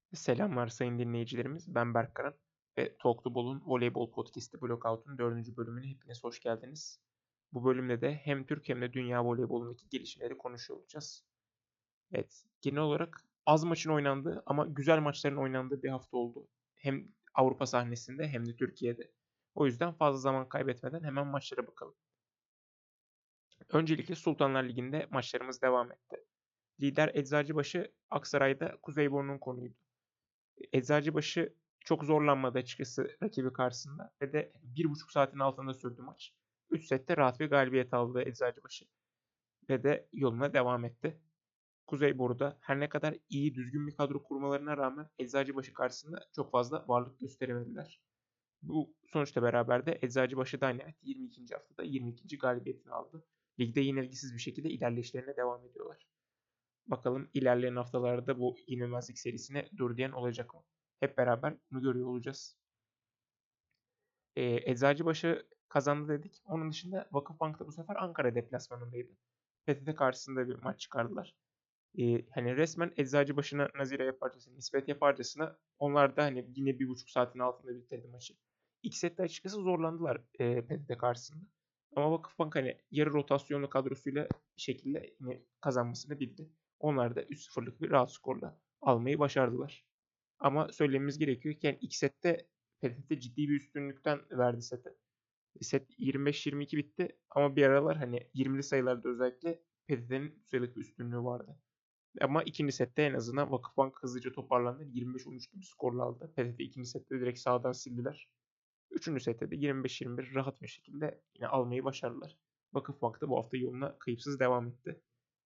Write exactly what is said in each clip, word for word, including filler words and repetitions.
Selamlar sayın dinleyicilerimiz. Ben Berk Karan ve Talk to Ball'un voleybol podcast'i Blockout'un dördüncü bölümüne hepiniz hoş geldiniz. Bu bölümde de hem Türk hem de dünya voleybolundaki gelişmeleri konuşuyor olacağız. Evet, genel olarak az maçın oynandığı ama güzel maçların oynandığı bir hafta oldu. Hem Avrupa sahnesinde hem de Türkiye'de. O yüzden fazla zaman kaybetmeden hemen maçlara bakalım. Öncelikle Sultanlar Ligi'nde maçlarımız devam etti. Lider Eczacıbaşı Aksaray'da Kuzeyburnu'nun konuydu. Eczacıbaşı çok zorlanmadı açıkçası rakibi karşısında ve de bir buçuk saatin altında sürdü maç. üç sette rahat bir galibiyet aldı Eczacıbaşı ve de yoluna devam etti. Kuzeyboru'da her ne kadar iyi, düzgün bir kadro kurmalarına rağmen Eczacıbaşı karşısında çok fazla varlık gösteremediler. Bu sonuçla beraber de Eczacıbaşı Dynamite yirmi ikinci haftada yirmi ikinci galibiyetini aldı. Ligde yenilgisiz bir şekilde ilerleyişlerine devam ediyorlar. Bakalım ilerleyen haftalarda bu yenilmezlik serisine dur diyen olacak mı? Hep beraber bunu görüyor olacağız. Ee, Eczacıbaşı kazandı dedik. Onun dışında Vakıfbank da bu sefer Ankara deplasmanındaydı. P T T karşısında bir maç çıkardılar. Ee, hani resmen Eczacıbaşı'na nazire yaparcasına, nispet yaparcasına onlar da hani yine bir buçuk saatin altında bitirdi maçı. İlk sette açıkçası zorlandılar e, P T T karşısında. Ama Vakıfbank hani yarı rotasyonlu kadrosuyla bir şekilde yine kazanmasını bildi. Onlar da üç sıfırlık bir rahat skorla almayı başardılar. Ama söylememiz gerekiyor ki yani ilk sette P T T ciddi bir üstünlükten verdi seti. Set yirmi beş yirmi iki bitti ama bir aralar hani yirmili sayılarda özellikle P T T'nin sayılık bir üstünlüğü vardı. Ama ikinci sette en azından Vakıfbank hızlıca toparlandı. yirmi beş on üçlü bir skorla aldı. P T T ikinci sette direkt sağdan sildiler. Üçüncü sette de yirmi beş yirmi bir rahat bir şekilde yine almayı başardılar. Vakıfbank da bu hafta yoluna kayıpsız devam etti.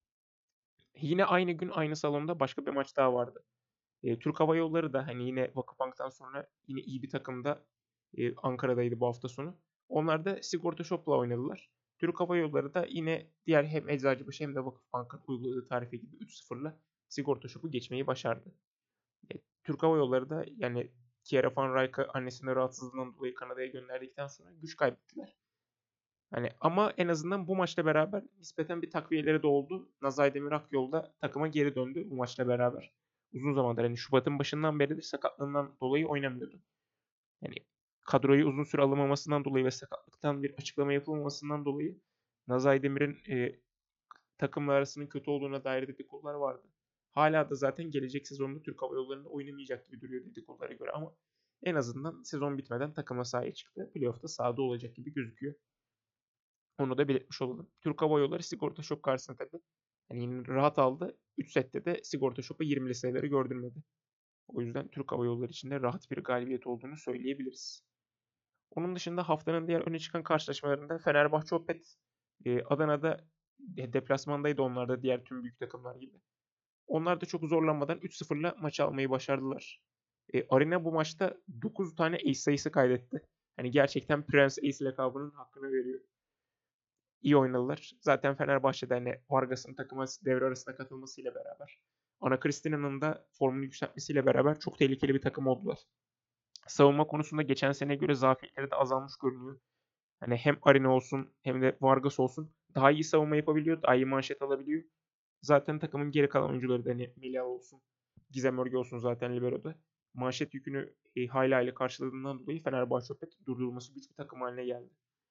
Yine aynı gün aynı salonda başka bir maç daha vardı. E, Türk Hava Yolları da hani yine Vakıfbank'tan sonra yine iyi bir takımda e, Ankara'daydı bu hafta sonu. Onlar da Sigorta Shop'la oynadılar. Türk Hava Yolları da yine diğer hem Eczacıbaşı hem de Vakıfbank'ın uyguladığı tarife gibi üç sıfırla Sigorta Shop'u geçmeyi başardı. E, Türk Hava Yolları da yani Kiera Van Rijk'ı annesinin rahatsızlığından dolayı Kanada'ya gönderdikten sonra güç kaybettiler. Hani ama en azından bu maçla beraber nispeten bir takviyeleri de oldu. Nazay Demir Akyol da takıma geri döndü bu maçla beraber. Uzun zamandır hani Şubat'ın başından beridir sakatlığından dolayı oynamıyordu. Yani kadroyu uzun süre alamamasından dolayı ve sakatlıktan bir açıklama yapılmamasından dolayı Nazay Demir'in e, takımlar arasının kötü olduğuna dair dedikodular vardı. Hala da zaten gelecek sezonda Türk Hava Yolları'nda oynamayacak gibi duruyor dedikodulara göre ama en azından sezon bitmeden takıma sahaya çıktı. Playoff'ta sahada olacak gibi gözüküyor. Onu da belirtmiş olalım. Türk Hava Yolları Sigorta Shop karşısında tabii. Yani yine rahat aldı. üç sette de Sigorta Shop'a yirmili sayıları gördürmedi. O yüzden Türk Hava Yolları için de rahat bir galibiyet olduğunu söyleyebiliriz. Onun dışında haftanın diğer öne çıkan karşılaşmalarında Fenerbahçe Opet e, Adana'da deplasmandaydı onlar da diğer tüm büyük takımlar gibi. Onlar da çok zorlanmadan üç sıfırla maçı almayı başardılar. E, Arena bu maçta dokuz tane ace sayısı kaydetti. Hani gerçekten Prince Ace lakabının hakkını veriyor. İyi oynadılar. Zaten Fenerbahçe'de hani Vargas'ın takıma devre arasında katılmasıyla beraber Ana Cristina'nın da formunu yükseltmesiyle beraber çok tehlikeli bir takım oldular. Savunma konusunda geçen seneye göre zafiyetleri de azalmış görünüyor. Hani hem Arena olsun hem de Vargas olsun daha iyi savunma yapabiliyor, daha iyi manşet alabiliyor. Zaten takımın geri kalan oyuncuları da hani Melih olsun, Gizem Örge olsun zaten libero'da. Manşet yükünü e, hayli hayli karşıladığından dolayı Fenerbahçe pek durdurulması güç bir takım haline geldi.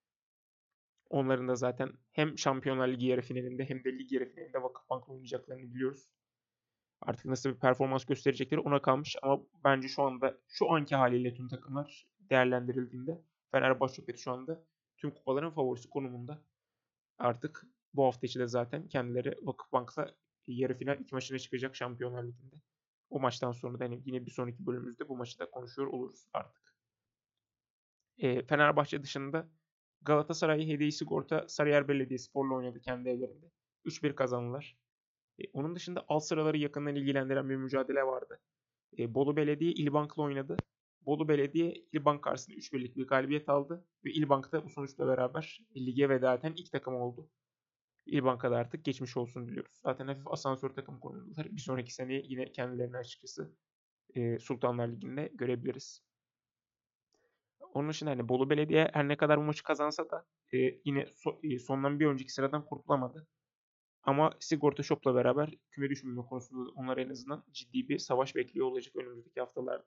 Onların da zaten hem Şampiyonlar Ligi yarı finalinde hem de lig yarı finalinde Vakıfbank'la oynayacaklarını biliyoruz. Artık nasıl bir performans gösterecekleri ona kalmış ama bence şu anda şu anki haliyle tüm takımlar değerlendirildiğinde Fenerbahçe Opet şu anda tüm kupaların favorisi konumunda. Artık bu hafta içi de zaten kendileri Vakıfbank'la yarı final iki maçına çıkacak Şampiyonlar Ligi'nde. O maçtan sonra da hani yine bir sonraki bölümümüzde bu maçı da konuşuyor oluruz artık. E, Fenerbahçe dışında Galatasaray Hediye Sigorta Sarıyer Belediyespor'la oynadı kendi evlerinde. üç bir kazandılar. E, onun dışında alt sıraları yakından ilgilendiren bir mücadele vardı. E, Bolu Belediye İlbank'la oynadı. Bolu Belediye İlbank karşısında üç birlik bir galibiyet aldı ve İlbank da bu sonuçla beraber lige veda eden ilk takım oldu. İlbank'a da artık geçmiş olsun diliyoruz. Zaten hafif asansör takım konumdalar. Bir sonraki seneye yine kendilerini açıkçası e, Sultanlar Ligi'nde görebiliriz. Onun dışında hani Bolu Belediye her ne kadar bu maçı kazansa da e, yine so- e, sondan bir önceki sıradan kurtulamadı. Ama Sigorta Shop'la beraber küme düşmeme konusunda onlar en azından ciddi bir savaş bekliyor olacak önümüzdeki haftalarda.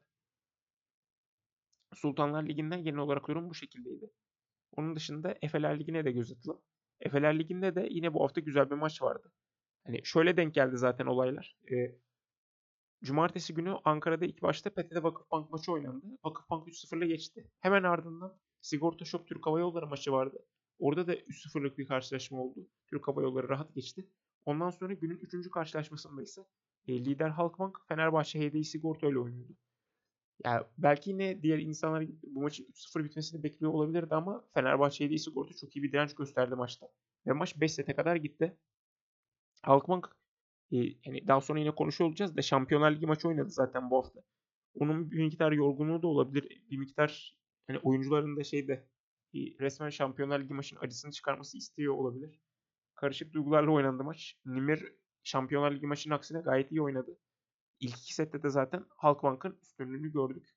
Sultanlar Ligi'nden genel olarak durum bu şekildeydi. Onun dışında Efeler Ligi'ne de göz atalım. Efeler Ligi'nde de yine bu hafta güzel bir maç vardı. Hani şöyle denk geldi zaten olaylar. Ee, Cumartesi günü Ankara'da ilk başta P T T Vakıfbank maçı oynandı. Vakıfbank üç sıfırla geçti. Hemen ardından Sigorta Shop Türk Hava Yolları maçı vardı. Orada da üç sıfırlık bir karşılaşma oldu. Türk Hava Yolları rahat geçti. Ondan sonra günün üçüncü karşılaşmasında ise e, lider Halkbank Fenerbahçe H D I Sigorta ile oynuyordu. Yani belki yine diğer insanlar bu maçın üç sıfır bitmesini bekliyor olabilirdi ama Fenerbahçe H D I Sigorta çok iyi bir direnç gösterdi maçta. Ve maç beş sete kadar gitti. Halkbank e, yani daha sonra yine konuşuyor olacağız da Şampiyonlar Ligi maçı oynadı zaten bu hafta. Onun bir miktar yorgunluğu da olabilir. Bir miktar hani oyuncuların da şeyde e, resmen Şampiyonlar Ligi maçının acısını çıkarması istiyor olabilir. Karışık duygularla oynandı maç. Nimir Şampiyonlar Ligi maçının aksine gayet iyi oynadı. İlk iki sette de zaten Halkbank'ın üstünlüğünü gördük.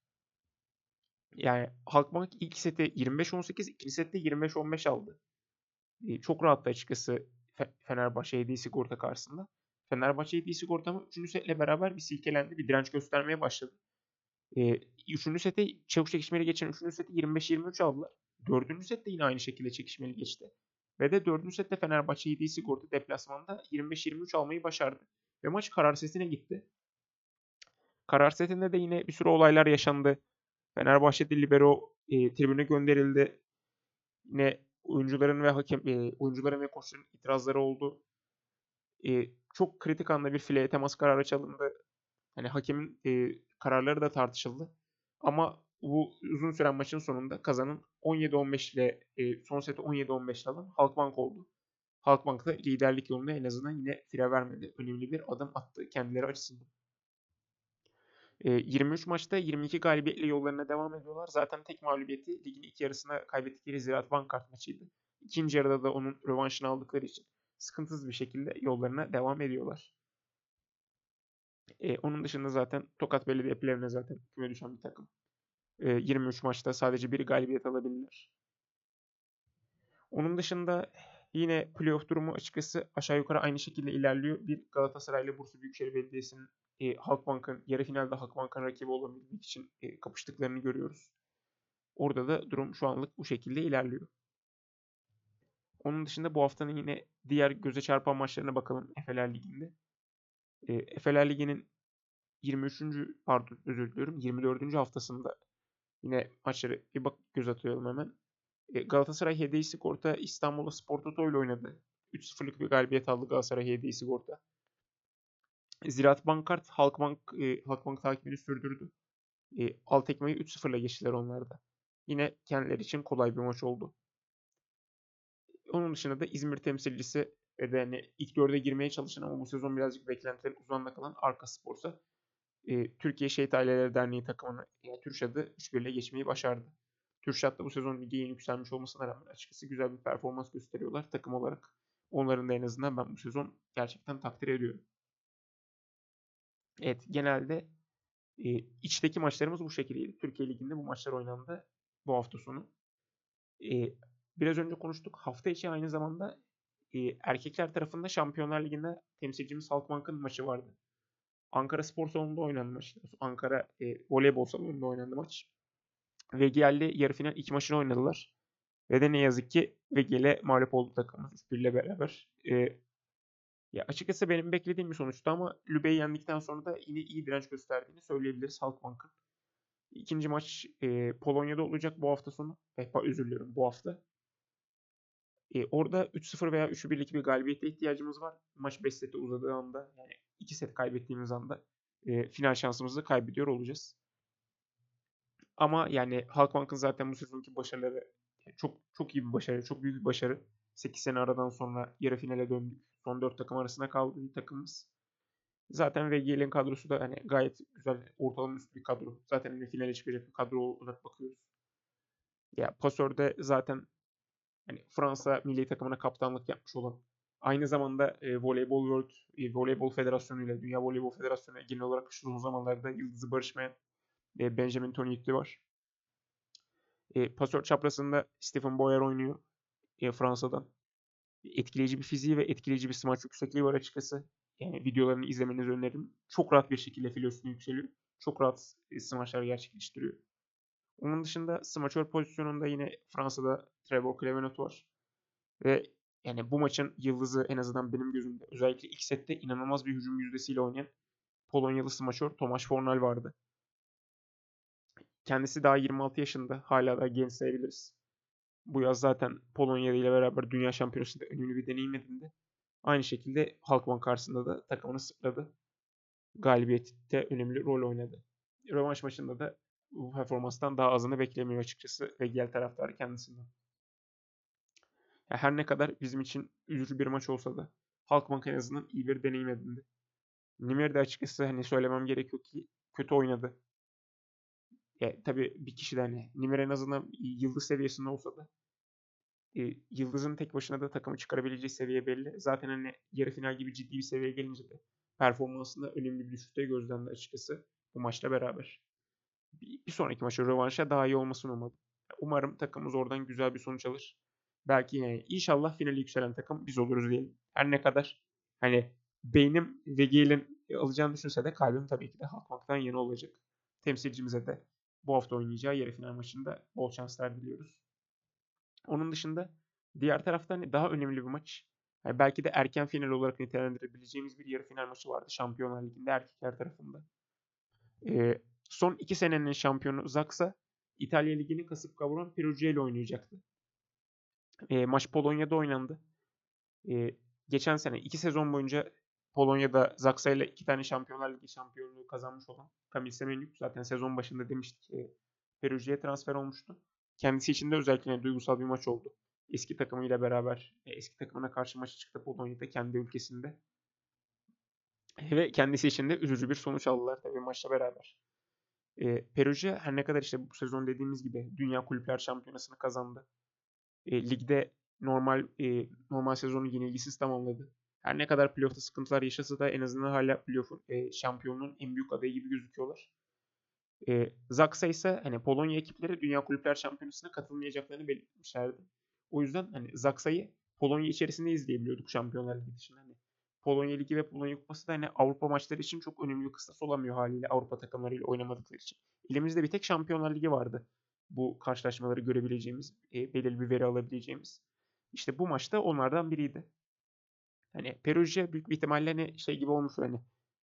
Yani Halkbank ilk seti yirmi beş on sekiz, ikinci sette yirmi beş on beş aldı. E, çok rahattı açıkçası Fenerbahçe H D I Sigorta karşısında. Fenerbahçe H D I Sigorta ama üçüncü setle beraber bir silkelendi, bir direnç göstermeye başladı. E, üçüncü sete çabuk çekişmeli geçen üçüncü seti yirmi beş yirmi üç aldılar. Dördüncü sette yine aynı şekilde çekişmeli geçti. Ve de dördüncü sette Fenerbahçe H D I Sigorta deplasmanda yirmi beş yirmi üç almayı başardı. Ve maç karar setine gitti. Karar setinde de yine bir sürü olaylar yaşandı. Fenerbahçe'de libero e, tribüne gönderildi. Yine oyuncuların ve hakem e, oyuncuların ve koçların itirazları oldu. E, çok kritik anda bir fileye temas kararı çalındı. Hani hakemin e, kararları da tartışıldı. Ama bu uzun süren maçın sonunda kazanan on yedi on beş ile e, son seti on yedi on beş ile alan Halkbank oldu. Halkbank da liderlik yolunda en azından yine fire vermedi. Önemli bir adım attı kendileri açısından. E, yirmi üç maçta yirmi iki galibiyetle yollarına devam ediyorlar. Zaten tek mağlubiyeti ligin ilk yarısına kaybettikleri Ziraat Bankart maçıydı. İkinci yarıda da onun rövanşını aldıkları için sıkıntısız bir şekilde yollarına devam ediyorlar. E, onun dışında zaten Tokat Belediye Plevne zaten küme düşen bir takım. E, yirmi üç maçta sadece bir galibiyet alabilirler. Onun dışında yine playoff durumu açıkçası aşağı yukarı aynı şekilde ilerliyor. Bir Galatasaray ile Bursa Büyükşehir Belediyesi'nin e, Halkbank'ın yarı finalde Halkbank'ın rakibi olabilmek için e, kapıştıklarını görüyoruz. Orada da durum şu anlık bu şekilde ilerliyor. Onun dışında bu haftanın yine diğer göze çarpan maçlarına bakalım Efeler Ligi'nde. E, Efeler Ligi'nin yirmi üçüncü pardon özür diliyorum yirmi dördüncü haftasında yine maçları bir bak göz atıyorum hemen. E, Galatasaray H D I Sigorta İstanbul'da Spor Toto ile oynadı. üç sıfırlık bir galibiyet aldı Galatasaray H D I Sigorta. Ziraat Bankart Halkbank, e, Halkbank takibini sürdürdü. E, Altekma'yı üç sıfırla geçtiler onlar da. Yine kendileri için kolay bir maç oldu. Onun dışında da İzmir temsilcisi ve de hani ilk dörde girmeye çalışan ama bu sezon birazcık beklentilerin uzağında kalan Arka Spor'sa e, Türkiye Şehit Aileleri Derneği takımını yani Türşad'ı üç bir ile geçmeyi başardı. Türşad da bu sezon lige yeni yükselmiş olmasına rağmen açıkçası güzel bir performans gösteriyorlar takım olarak. Onların da en azından ben bu sezon gerçekten takdir ediyorum. Evet genelde e, içteki maçlarımız bu şekildeydi. Türkiye Ligi'nde bu maçlar oynandı bu hafta sonu. E, biraz önce konuştuk. Hafta içi aynı zamanda e, erkekler tarafında Şampiyonlar Ligi'nde temsilcimiz Halkbank'ın maçı vardı. Ankara Spor Salonu'nda oynandı maç. Ankara e, Voleybol Salonu'nda oynandı maç. V G L'li yarı final iki maçını oynadılar. Ve de ne yazık ki V G L mağlup oldu takımımız üç bir ile beraber. E, ya açıkçası benim beklediğim bir sonuçtu ama Lübe'yi yendikten sonra da yine iyi direnç gösterdiğini söyleyebiliriz Halkbank'ın. İkinci maç e, Polonya'da olacak bu hafta sonu. Eh, özür diliyorum bu hafta. E, orada üç sıfır veya üç birlik bir galibiyete ihtiyacımız var. Maç beş sete uzadığı anda yani iki set kaybettiğimiz anda e, final şansımızı kaybediyor olacağız. Ama yani Halkbank'ın zaten bu sezonki başarıları çok çok iyi bir başarı, çok büyük bir başarı. sekiz sene aradan sonra yarı finale döndük. Son dört takım arasında kaldı bir takımımız. Zaten V G L'in kadrosu da hani gayet güzel, ortalama üstü bir kadro. Zaten hani finale çıkacak bir kadro olarak bakıyoruz. Ya pasörde zaten hani Fransa milli takımına kaptanlık yapmış olan aynı zamanda e, Voleybol World e, Voleybol Federasyonu ile Dünya Voleybol Federasyonu genel olarak şu son zamanlarda yıldızı barışmayan e, Benjamin Tonietli var. E, pasör çaprazında Stephen Boyer oynuyor e, Fransa'dan. Etkileyici bir fiziği ve etkileyici bir smaç yüksekliği var açıkçası. Yani videolarını izlemenizi öneririm. Çok rahat bir şekilde file üstüne yükseliyor. Çok rahat e, smaçlar gerçekleştiriyor. Onun dışında smaçör pozisyonunda yine Fransa'da Trevor Clavenet var. Ve yani bu maçın yıldızı en azından benim gözümde. Özellikle ilk sette inanılmaz bir hücum yüzdesiyle oynayan Polonyalı smaçör Tomasz Fornal vardı. Kendisi daha yirmi altı yaşında. Hala da genç sayabiliriz. Bu yaz zaten Polonya ile beraber Dünya Şampiyonası'nda önemli bir deneyim edindi. Aynı şekilde Halkbank karşısında da takımını sırtladı. Galibiyette önemli rol oynadı. Rövanş maçında da bu performanstan daha azını beklemiyor açıkçası Regiel taraftarı kendisinden. Ya her ne kadar bizim için üzücü bir maç olsa da Halkbank en azından iyi bir deneyim edindi. Nimer de açıkçası hani söylemem gerekiyor ki kötü oynadı. Ya, tabii bir kişi de hani Nimer en azından yıldız seviyesinde olsa da e, Yıldız'ın tek başına da takımı çıkarabileceği seviye belli. Zaten hani yarı final gibi ciddi bir seviyeye gelince de performansında önemli bir düşüşte gözlendi açıkçası bu maçla beraber. Bir, bir sonraki maçı rövanşa daha iyi olmasını umadım. Umarım takımımız oradan güzel bir sonuç alır. Belki yani inşallah finale yükselen takım biz oluruz diyelim. Her ne kadar hani beynim Vegiel'in alacağını düşünse de kalbim tabii ki de Halkmank'tan yana olacak. Temsilcimize de bu hafta oynayacağı yarı final maçında bol şanslar diliyoruz. Onun dışında diğer tarafta hani daha önemli bir maç. Yani belki de erken final olarak nitelendirebileceğimiz bir yarı final maçı vardı Şampiyonlar Ligi'nde erkekler tarafında. Ee, son iki senenin şampiyonu Zaksa İtalya Ligi'ni kasıp kavuran Perugia ile oynayacaktı. Ee, maç Polonya'da oynandı. Ee, geçen sene iki sezon boyunca Polonya'da Zaksa ile iki tane Şampiyonlar Ligi şampiyonluğu kazanmış olan Kamil Semenyuk zaten sezon başında demiştik ki Perugia'ya transfer olmuştu. Kendisi için de özellikle duygusal bir maç oldu. Eski takımıyla beraber e, eski takımına karşı maçı çıktı Polonya'da kendi ülkesinde. Ve kendisi için de üzücü bir sonuç aldılar tabii maçla beraber. E, Perugia her ne kadar işte bu sezon dediğimiz gibi Dünya Kulüpler Şampiyonası'nı kazandı. E, ligde normal e, normal sezonu yenilgisiz tamamladı. Her ne kadar playoff'ta sıkıntılar yaşasa da en azından hala playoff'un e, şampiyonluğun en büyük adayı gibi gözüküyorlar. E, Zaksa ise hani Polonya ekipleri Dünya Kulüpler Şampiyonası'na katılmayacaklarını belirtmişlerdi. O yüzden hani Zaksa'yı Polonya içerisinde izleyebiliyorduk Şampiyonlar Ligi dışında. Hani Polonya Ligi ve Polonya Kupası da hani Avrupa maçları için çok önemli bir kıstas olamıyor haliyle Avrupa takımlarıyla oynamadıkları için. Elimizde bir tek Şampiyonlar Ligi vardı. Bu karşılaşmaları görebileceğimiz, e, belirli bir veri alabileceğimiz. İşte bu maçta onlardan biriydi. Hani Perugia büyük bir ihtimalle hani şey gibi olmuş hani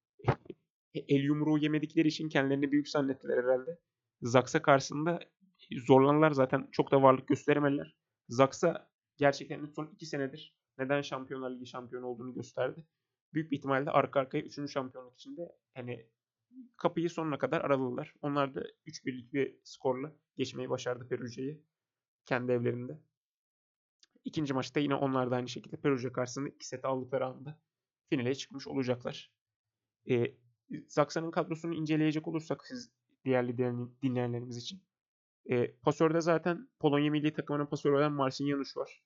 el yumruğu yemedikleri için kendilerini büyük zannettiler herhalde. Zaksa karşısında zorlanırlar zaten. Çok da varlık gösteremediler. Zaksa gerçekten son iki senedir neden Şampiyonlar Ligi şampiyonu olduğunu gösterdi. Büyük bir ihtimalle arka arkaya üçüncü şampiyonluk içinde hani kapıyı sonuna kadar araladılar. Onlar da üç birlik bir skorla geçmeyi başardı Perugia'yı kendi evlerinde. İkinci maçta yine onlar da aynı şekilde Perugia karşısında iki set aldıkları anda finale çıkmış olacaklar. E, Zaksa'nın kadrosunu inceleyecek olursak siz diğer dinleyenlerimiz için. E, pasörde zaten Polonya milli takımının pasörü olan Marcin Janusz var.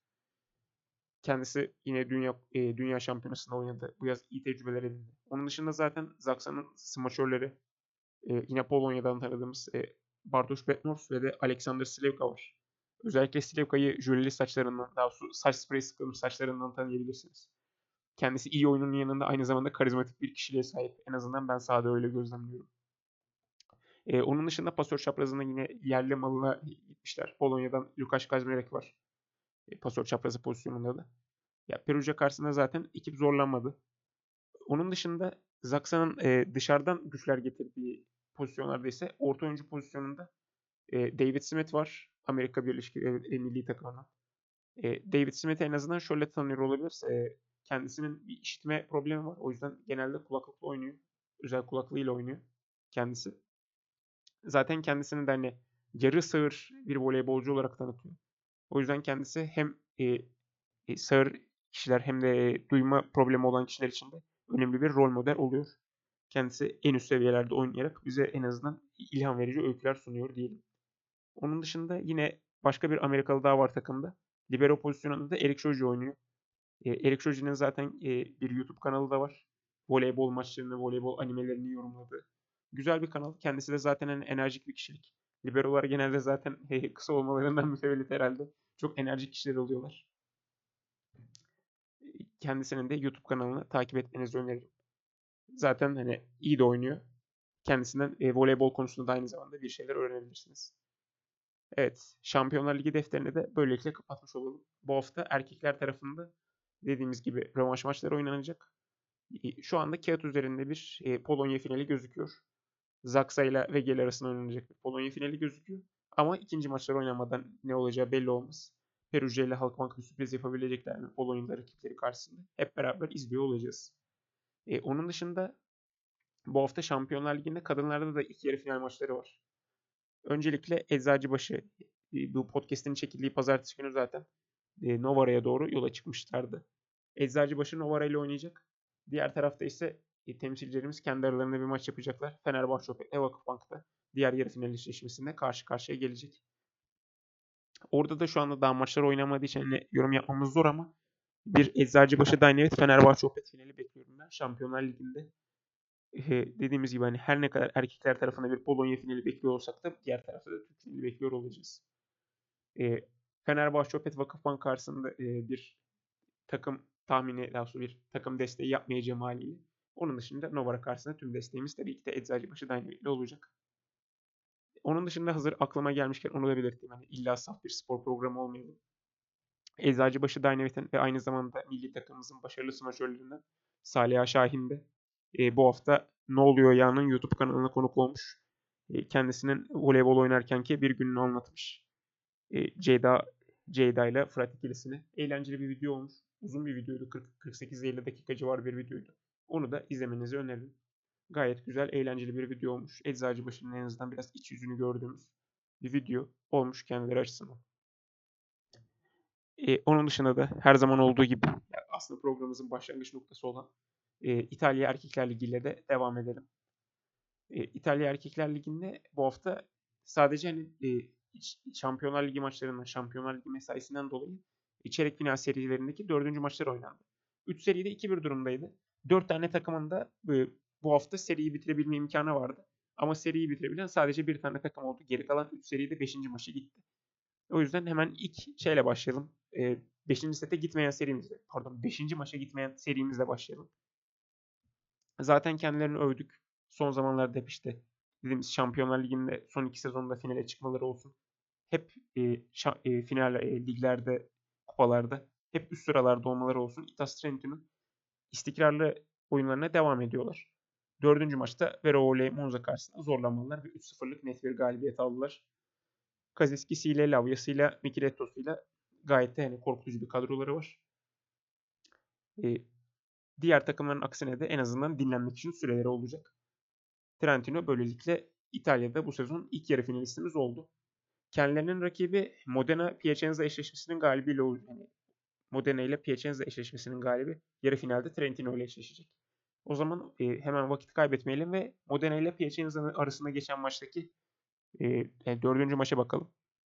Kendisi yine dünya e, dünya şampiyonasında oynadı. Bu yaz iyi tecrübeler edindi. Onun dışında zaten Zaksa'nın smaçörleri e, yine Polonya'dan tanıdığımız e, Bartosz Betnors ve de Aleksander Slivka var. Özellikle Slivka'yı jöleli saçlarından, daha doğrusu saç spreyi sıkılmış saçlarından tanıyabilirsiniz. Kendisi iyi oyunun yanında aynı zamanda karizmatik bir kişiliğe sahip. En azından ben sahada öyle gözlemliyorum. Ee, onun dışında pasör çaprazında yine yerli malına gitmişler. Polonya'dan Lukasz Kazmarek var. E, pasör çaprazı pozisyonunda da. Ya Perugia karşısında zaten ekip zorlanmadı. Onun dışında Zaksa'nın e, dışarıdan güçler getirdiği pozisyonlarda ise orta oyuncu pozisyonunda e, David Smith var. Amerika Birleşik Devletleri milli takımından. E, David Smith en azından şöyle tanınıyor olabilir. E, kendisinin bir işitme problemi var. O yüzden genelde kulaklıkla oynuyor. Özel kulaklığıyla oynuyor kendisi. Zaten kendisini de hani yarı sağır bir voleybolcu olarak tanıtıyor. O yüzden kendisi hem e, e, sağır kişiler hem de e, duyma problemi olan kişiler için de önemli bir rol model oluyor. Kendisi en üst seviyelerde oynayarak bize en azından ilham verici öyküler sunuyor diyelim. Onun dışında yine başka bir Amerikalı daha var takımda. Libero pozisyonunda da Eric Shoji oynuyor. E, Eric Shoji'nin zaten e, bir YouTube kanalı da var. Voleybol maçlarını, voleybol animelerini yorumladığı. Güzel bir kanal. Kendisi de zaten en enerjik bir kişilik. Liberolar genelde zaten kısa olmalarından mütevellit herhalde. Çok enerjik kişiler oluyorlar. kendisinin de YouTube kanalını takip etmenizi öneririm. Zaten hani iyi de oynuyor. Kendisinden e, voleybol konusunda da aynı zamanda bir şeyler öğrenebilirsiniz. Evet, Şampiyonlar Ligi defterini de böylelikle kapatmış olalım. Bu hafta erkekler tarafında dediğimiz gibi rövanş maçları oynanacak. E, Şu anda kağıt üzerinde bir e, Polonya finali gözüküyor. Zaksa ile Vegel arasında oynanacak bir Polonya finali gözüküyor. Ama ikinci maçlar oynamadan ne olacağı belli olmaz. Perugia ile Halkbank bir sürpriz yapabilecekler mi Polonya'da rakipleri karşısında? Hep beraber izliyor olacağız. E, onun dışında bu hafta Şampiyonlar Ligi'nde kadınlarda da iki yarı final maçları var. Öncelikle Eczacıbaşı, e, bu podcast'in çekildiği pazartesi günü zaten e, Novara'ya doğru yola çıkmışlardı. Eczacıbaşı Novara ile oynayacak. Diğer tarafta ise e, temsilcilerimiz kendi aralarında bir maç yapacaklar. Fenerbahçe ve Vakıfbank'ta diğer yarı final eşleşmesinde karşı karşıya gelecek. Orada da şu anda daha maçlar oynamadığı için hani yorum yapmamız zor ama bir Eczacıbaşı Dynamit Fenerbahçe Opet finali bekliyorum ben Şampiyonlar Ligi'nde. Ee, dediğimiz gibi hani her ne kadar erkekler tarafında bir Polonya finali bekliyor olsak da diğer tarafta da Türk finali bekliyor olacağız. Ee, Fenerbahçe Opet Vakıfbank karşısında e, bir takım tahmini, daha sonra bir takım desteği yapmayacağım haliyle. Onun dışında Novara karşısında tüm desteğimiz tabii ki de Eczacıbaşı Dynamit ile olacak. Onun dışında hazır aklıma gelmişken onu da belirteyim. Hani illa saf bir spor programı olmayalım. Eczacıbaşı Dynamit'in ve aynı zamanda milli takımımızın başarılı smaçörlerinden Salih Şahin de e, bu hafta Ne Oluyor Ya'nın YouTube kanalına konuk olmuş. E, kendisinin voleybol oynarkenki bir gününü anlatmış. E, Ceyda Ceyda ile Fırat ikilisini. Eğlenceli bir video olmuş. Uzun bir videoydu. kırk kırk sekiz elli dakika civarı bir videoydu. Onu da izlemenizi öneririm. Gayet güzel, eğlenceli bir video olmuş. Eczacıbaşı'nın en azından biraz iç yüzünü gördüğümüz bir video olmuş kendileri açısından. E, onun dışında da her zaman olduğu gibi yani aslında programımızın başlangıç noktası olan e, İtalya Erkekler Ligi ile de devam edelim. E, İtalya Erkekler Ligi'nde bu hafta sadece hani e, Şampiyonlar Ligi maçlarından, Şampiyonlar Ligi mesaisinden dolayı çeyrek final serilerindeki dördüncü maçlar oynandı. üç seride iki bir durumdaydı. dört tane takımın da e, bu hafta seriyi bitirebilme imkanı vardı. Ama seriyi bitirebilen sadece bir tane takım oldu. Geri kalan üç seride beşinci maçı gitti. O yüzden hemen ilk şeyle başlayalım. Ee, beşinci sete gitmeyen serimizle, pardon beşinci maça gitmeyen serimizle başlayalım. Zaten kendilerini övdük. Son zamanlarda hep işte dediğimiz Şampiyonlar Ligi'nde son iki sezonda finale çıkmaları olsun. Hep e, şa- e, final e, liglerde, kupalarda hep üst sıralarda olmaları olsun. Itas Trentino istikrarlı oyunlarına devam ediyorlar. Dördüncü maçta Verole Monza karşısında zorlanmalılar ve üç sıfırlık net bir galibiyet aldılar. Kaziskisi'yle, Lavya'sıyla, Mikilettos'uyla gayet de hani korkutucu bir kadroları var. Ee, Diğer takımların aksine de en azından dinlenmek için süreleri olacak. Trentino böylelikle İtalya'da bu sezon ilk yarı finalistimiz oldu. Kendilerinin rakibi Modena Piacenza eşleşmesinin galibiyle olacak. Yani Modena ile Piacenza eşleşmesinin galibi yarı finalde Trentino ile eşleşecek. O zaman e, hemen vakit kaybetmeyelim ve Modena ile Piacenza arasında geçen maçtaki e, yani dördüncü maça bakalım.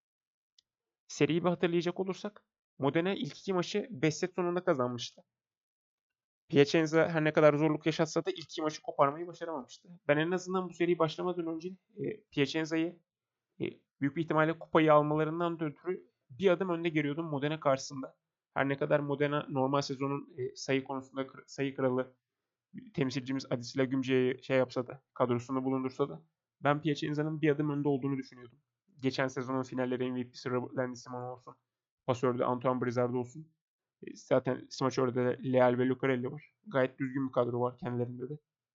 Seriyi bir hatırlayacak olursak Modena ilk iki maçı beş set sonunda kazanmıştı. Piacenza her ne kadar zorluk yaşatsa da ilk iki maçı koparmayı başaramamıştı. Ben en azından bu seri başlamadan önce e, Piacenza'yı e, büyük bir ihtimalle kupayı almalarından ötürü bir adım önde görüyordum Modena karşısında. Her ne kadar Modena normal sezonun e, sayı konusunda sayı kralı temsilcimiz Adisla Gümce'ye şey yapsa da kadrosunda bulundursa da ben Piacenza'nın bir adım önde olduğunu düşünüyordum. Geçen sezonun finalleri M V P'si Robert Landry olsun. Pasörde Antoine Brizard olsun. E, Zaten smaçörde de Leal ve Lucarelli var. Gayet düzgün bir kadro var kendilerinde de.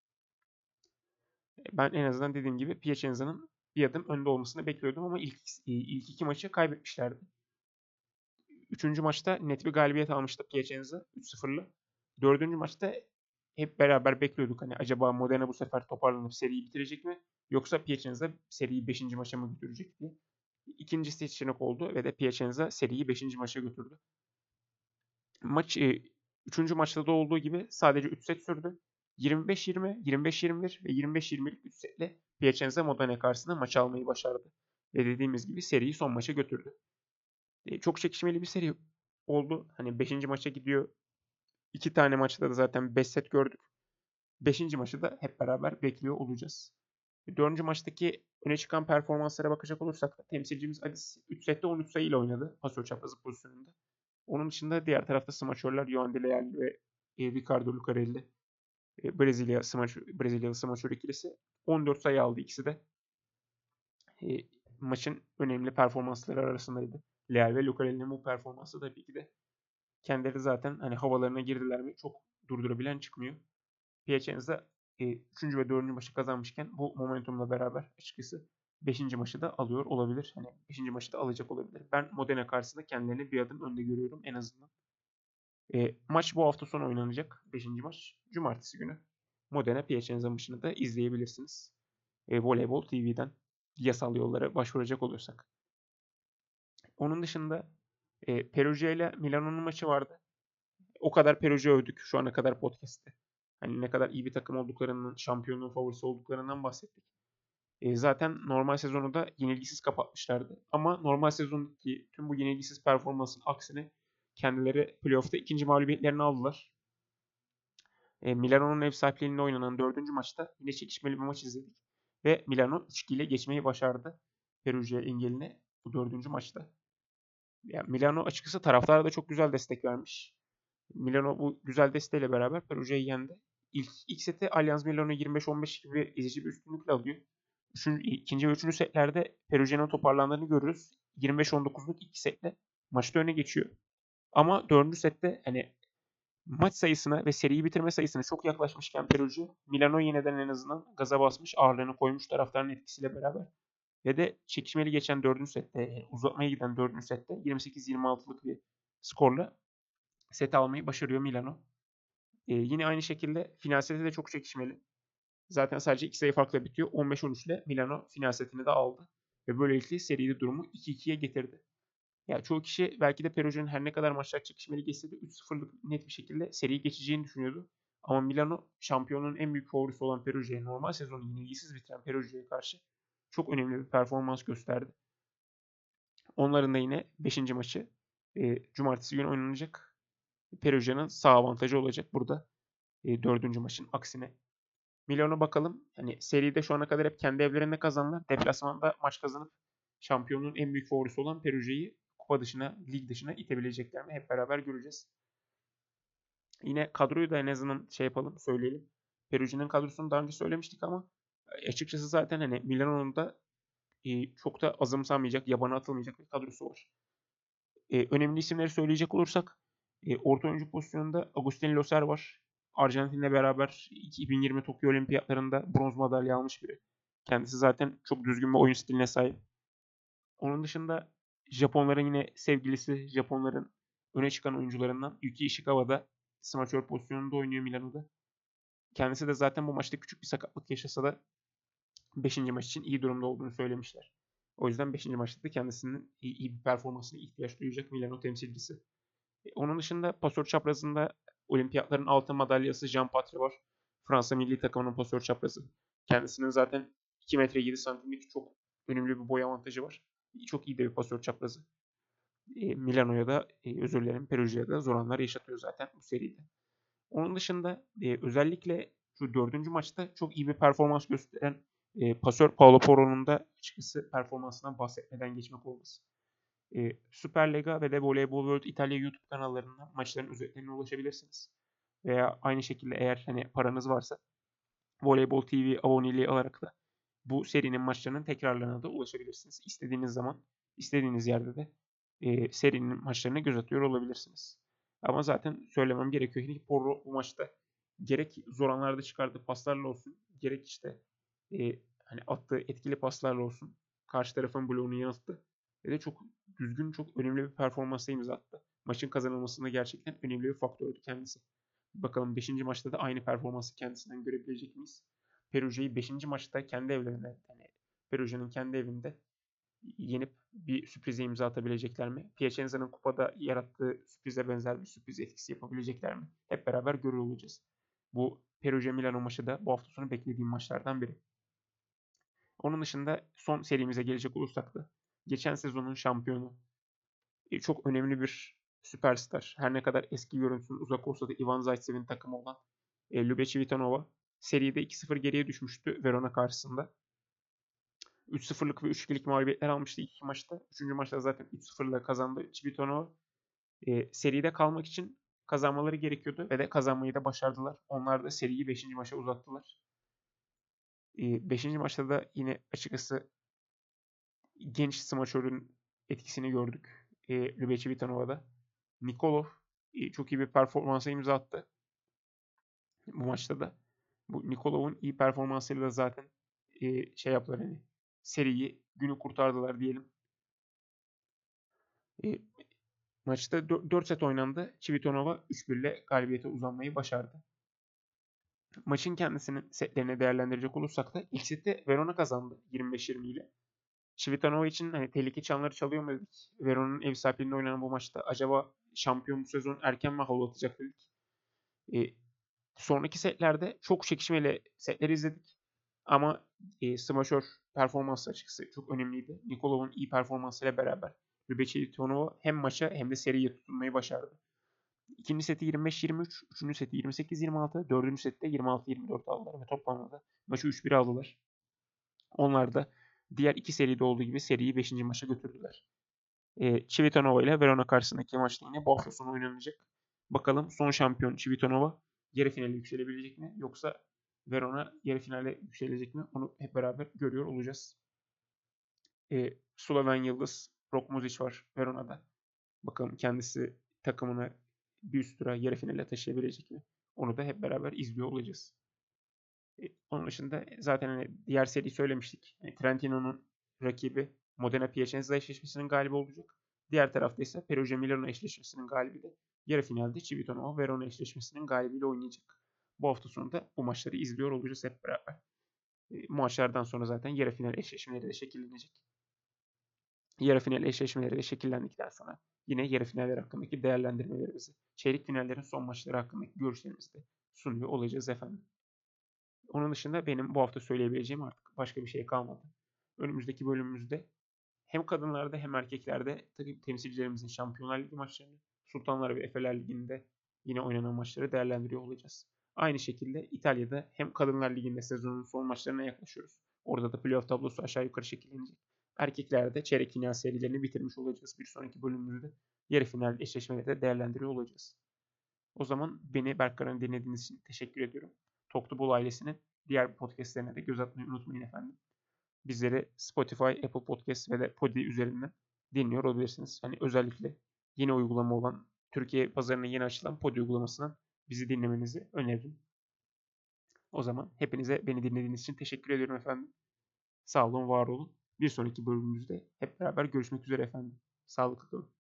E, Ben en azından dediğim gibi Piacenza'nın bir adım önde olmasını bekliyordum ama ilk, e, ilk iki maçı kaybetmişlerdi. Üçüncü maçta net bir galibiyet almıştı Piacenza üç sıfırlı. Dördüncü maçta hep beraber bekliyorduk. Hani acaba Modena bu sefer toparlanıp seriyi bitirecek mi? Yoksa Piacenza seriyi beşinci maça mı götürecek diye. İkinci seçenek oldu ve de Piacenza seriyi beşinci maça götürdü. Maç e, üçüncü maçta da olduğu gibi sadece üç set sürdü. yirmi beş yirmi, yirmi beş yirmi bir ve yirmi beş yirmilik üç setle Piacenza Modena karşısında maç almayı başardı. Ve dediğimiz gibi seriyi son maça götürdü. E, çok çekişmeli bir seri oldu. Hani beşinci maça gidiyor. İki tane maçta da zaten beş set gördük. Beşinci maçı da hep beraber bekliyor olacağız. Dördüncü maçtaki öne çıkan performanslara bakacak olursak da temsilcimiz Adis üç sette on üç sayıyla oynadı pasör çaprazı pozisyonunda. Onun dışında diğer tarafta smaçörler Yohan Leal ve e, Ricardo Lucarelli. E, Brezilya smaç, Brezilyalı smaçör ikilisi. on dört sayı aldı ikisi de. E, maçın önemli performansları arasındaydı. Leal ve Lucarelli'nin bu performansı tabii ki de kendileri zaten hani havalarına girdiler mi çok durdurabilen çıkmıyor. Piacenza e, üçüncü ve dördüncü maçı kazanmışken bu momentumla beraber açıkçası beşinci maçı da alıyor olabilir. Hani beşinci maçı da alacak olabilir. Ben Modena karşısında kendilerini bir adım önde görüyorum en azından. E, maç bu hafta sonu oynanacak. Beşinci maç. Cumartesi günü. Modena Piacenza maçını da izleyebilirsiniz. E, Voleybol T V'den yasal yollara başvuracak olursak. Onun dışında e, Perugia ile Milano'nun maçı vardı. O kadar Perugia övdük şu ana kadar podcast'te. Hani ne kadar iyi bir takım olduklarının, şampiyonluğun favorisi olduklarından bahsettik. E, zaten normal sezonu da yenilgisiz kapatmışlardı. Ama normal sezondaki tüm bu yenilgisiz performansın aksine kendileri playoff'ta ikinci mağlubiyetlerini aldılar. E, Milano'nun ev sahipliğinde oynanan dördüncü maçta yine çekişmeli bir maç izledik. Ve Milano üç iki ile geçmeyi başardı Perugia engeline bu dördüncü maçta. Yani Milano açıkçası taraftara da çok güzel destek vermiş. Milano bu güzel desteğiyle beraber Perugia'yı yendi. İlk, ilk seti Allianz Milano yirmi beş on beş gibi ezici bir üstünlükle alıyor. Üçüncü, ikinci ve üçüncü setlerde Perugia'nın toparlandığını görürüz. yirmi beş on dokuzluk iki setle maçta öne geçiyor. Ama dördüncü sette hani maç sayısına ve seriyi bitirme sayısına çok yaklaşmışken Perugia, Milano yeniden en azından gaza basmış, ağırlığını koymuş taraftarın etkisiyle beraber. Ve de çekişmeli geçen dördüncü sette, yani uzatmaya giden dördüncü sette yirmi sekiz yirmi altılık bir skorla set almayı başarıyor Milano. Ee, yine aynı şekilde final seti de çok çekişmeli. Zaten sadece iki sayı farkla bitiyor. on beş on üç ile Milano final setini de aldı. Ve böylelikle seride durumu iki ikiye getirdi. Ya çoğu kişi belki de Perugia'nın her ne kadar maçlar çekişmeli geçse de üç sıfırlık net bir şekilde seriyi geçeceğini düşünüyordu. Ama Milano şampiyonun en büyük favorisi olan Perugia'ya, normal sezonu yenilgisiz bitiren Perugia'ya karşı çok önemli bir performans gösterdi. Onların da yine beşinci maçı e, cumartesi günü oynanacak. Perugia'nın sağ avantajı olacak burada. E, dördüncü maçın aksine. Milano bakalım. Hani seride şu ana kadar hep kendi evlerinde kazandılar. Deplasmanda maç kazanıp şampiyonun en büyük favorisi olan Perugia'yı kupa dışına, lig dışına itebilecekler mi? Hep beraber göreceğiz. Yine kadroyu da en azından şey yapalım, söyleyelim. Perugia'nın kadrosunu daha önce söylemiştik ama açıkçası zaten hani Milano'nun da e, çok da azımsanmayacak, yabana atılmayacak bir kadrosu var. E, önemli isimleri söyleyecek olursak e, orta oyuncu pozisyonunda Agustin Loser var. Arjantin'le beraber iki bin yirmi Tokyo Olimpiyatlarında bronz madalya almış biri. Kendisi zaten çok düzgün bir oyun stiline sahip. Onun dışında Japonların yine sevgilisi, Japonların öne çıkan oyuncularından Yuki Ishikawa da smaçör pozisyonunda oynuyor Milano'da. Kendisi de zaten bu maçta küçük bir sakatlık yaşasa da beşinci maç için iyi durumda olduğunu söylemişler. O yüzden beşinci maçta da kendisinin iyi, iyi bir performansına ihtiyaç duyacak Milano temsilcisi. E, Onun dışında pasör çaprazında olimpiyatların altın madalyası Jean Patre var. Fransa milli takımının pasör çaprazı. Kendisinin zaten iki metre yedi santimlik çok önemli bir boy avantajı var. Çok iyi de bir pasör çaprazı. E, Milano'ya da e, özür dilerim Perugia'ya da zor anlar yaşatıyor zaten bu seride. Onun dışında e, özellikle şu dördüncü maçta çok iyi bir performans gösteren e, pasör Paolo Porro'nun da açıkçası performansından bahsetmeden geçmek olmaz. E, Süper Lega ve de Voleybol World İtalya YouTube kanallarından maçların özetlerine ulaşabilirsiniz. Veya aynı şekilde eğer hani paranız varsa Voleybol T V aboneliği alarak da bu serinin maçlarının tekrarlarına da ulaşabilirsiniz. İstediğiniz zaman, istediğiniz yerde de e, serinin maçlarına göz atıyor olabilirsiniz. Ama zaten söylemem gerekiyor ki Porro bu maçta gerek zor anlarda çıkardığı paslarla olsun, gerek işte e, hani attığı etkili paslarla olsun karşı tarafın bloğunu yanılttı. Ve de çok düzgün, çok önemli bir performansa imza attı. Maçın kazanılmasında gerçekten önemli bir faktördü kendisi. Bakalım beşinci maçta da aynı performansı kendisinden görebilecek miyiz? Perugia'yı beşinci maçta kendi evlerinde, yani Perugia'nın kendi evinde yenip bir sürprize imza atabilecekler mi? Piacenza'nın kupada yarattığı sürprize benzer bir sürpriz etkisi yapabilecekler mi? Hep beraber görüyor olacağız. Bu Perugia Milano maçı da bu hafta sonu beklediğim maçlardan biri. Onun dışında son serimize gelecek olursak da geçen sezonun şampiyonu, e, çok önemli bir süperstar. Her ne kadar eski görüntüsünün uzak olsa da Ivan Zaitsev'in takımı olan e, Lube Civitanova seride iki sıfır geriye düşmüştü Verona karşısında. üç sıfırlık ve üç ikilik mağlubiyetler almıştı iki maçta. Üçüncü maçta zaten üç sıfırla kazandı Civitanova. E, seride kalmak için kazanmaları gerekiyordu ve de kazanmayı da başardılar. Onlar da seriyi beşinci maça uzattılar. E, beşinci maçta da yine açıkçası genç smaçörün etkisini gördük. E, Lyubię Civitanowa'da. Nikolov e, çok iyi bir performansa imza attı bu maçta da. Bu Nikolov'un iyi performansıyla da zaten e, şey yaptılar hani seriyi günü kurtardılar diyelim. E, maçta dört set oynandı. Civitanova üç bir ile galibiyete uzanmayı başardı. Maçın kendisinin setlerini değerlendirecek olursak da ilk sette Verona kazandı yirmi beş yirmi ile. Civitanova için hani tehlike çanları çalıyor mu dedik. Verona'nın ev sahipliğinde oynanan bu maçta acaba şampiyon bu sezon erken mi havlu atacak dedik. E, sonraki setlerde çok çekişmeli setleri izledik. Ama e, smaçör performansı açıkçası çok önemliydi. Nikolov'un iyi performansıyla beraber Lyubię Civitanova hem maça hem de seriye tutunmayı başardı. İkinci seti yirmi beş yirmi üç, üçüncü seti yirmi sekiz yirmi altı, dördüncü sette yirmi altı yirmi dört aldılar ve toplamda maçı üç bir aldılar. Onlar da diğer iki seride olduğu gibi seriyi beşinci maça götürdüler. E, Civitanova ile Verona karşısındaki maçta yine bu hafta sonu oynanacak. Bakalım son şampiyon Civitanova yarı finale yükselebilecek mi? Yoksa Verona yarı finale yükselecek mi? Onu hep beraber görüyor olacağız. E, Sloven Yıldız Rokmuzic var Verona'da. Bakalım kendisi takımını bir üst tura yarı finale taşıyabilecek mi? Onu da hep beraber izliyor olacağız. E, onun dışında zaten hani diğer seriyi söylemiştik. Yani Trentino'nun rakibi Modena Piacenza eşleşmesinin galibi olacak. Diğer tarafta ise Perugia Milano eşleşmesinin galibi de yarı finalde Civitanova Verona eşleşmesinin galibiyle oynayacak. Bu hafta sonu da bu maçları izliyor olacağız hep beraber. E, bu maçlardan sonra zaten yarı final eşleşmeleri de şekillenecek. Yarı final eşleşmeleri de şekillendikten sonra yine yarı finaller hakkındaki değerlendirmelerimizi, çeyrek finallerin son maçları hakkındaki görüşlerimizi de sunuyor olacağız efendim. Onun dışında benim bu hafta söyleyebileceğim artık başka bir şey kalmadı. Önümüzdeki bölümümüzde hem kadınlarda hem erkeklerde takım temsilcilerimizin Şampiyonlar Ligi maçlarını, Sultanlar ve Efeler Ligi'nde yine oynanan maçları değerlendiriyor olacağız. Aynı şekilde İtalya'da hem Kadınlar Ligi'nde sezonun son maçlarına yaklaşıyoruz. Orada da playoff tablosu aşağı yukarı şekillenecek. Erkeklerde çeyrek final serilerini bitirmiş olacağız. Bir sonraki bölümümüzde yarı final eşleşmeleri de değerlendiriyor olacağız. O zaman beni Berkkan'ın dinlediğiniz için teşekkür ediyorum. Talk to Ball ailesinin diğer podcastlerine de göz atmayı unutmayın efendim. Bizleri Spotify, Apple Podcast ve de Podi üzerinden dinliyor olabilirsiniz. Hani özellikle yeni uygulama olan Türkiye pazarına yeni açılan Podi uygulamasından bizi dinlemenizi öneririm. O zaman hepinize beni dinlediğiniz için teşekkür ediyorum efendim. Sağ olun, var olun. Bir sonraki bölümümüzde hep beraber görüşmek üzere efendim. Sağlıklı kalın.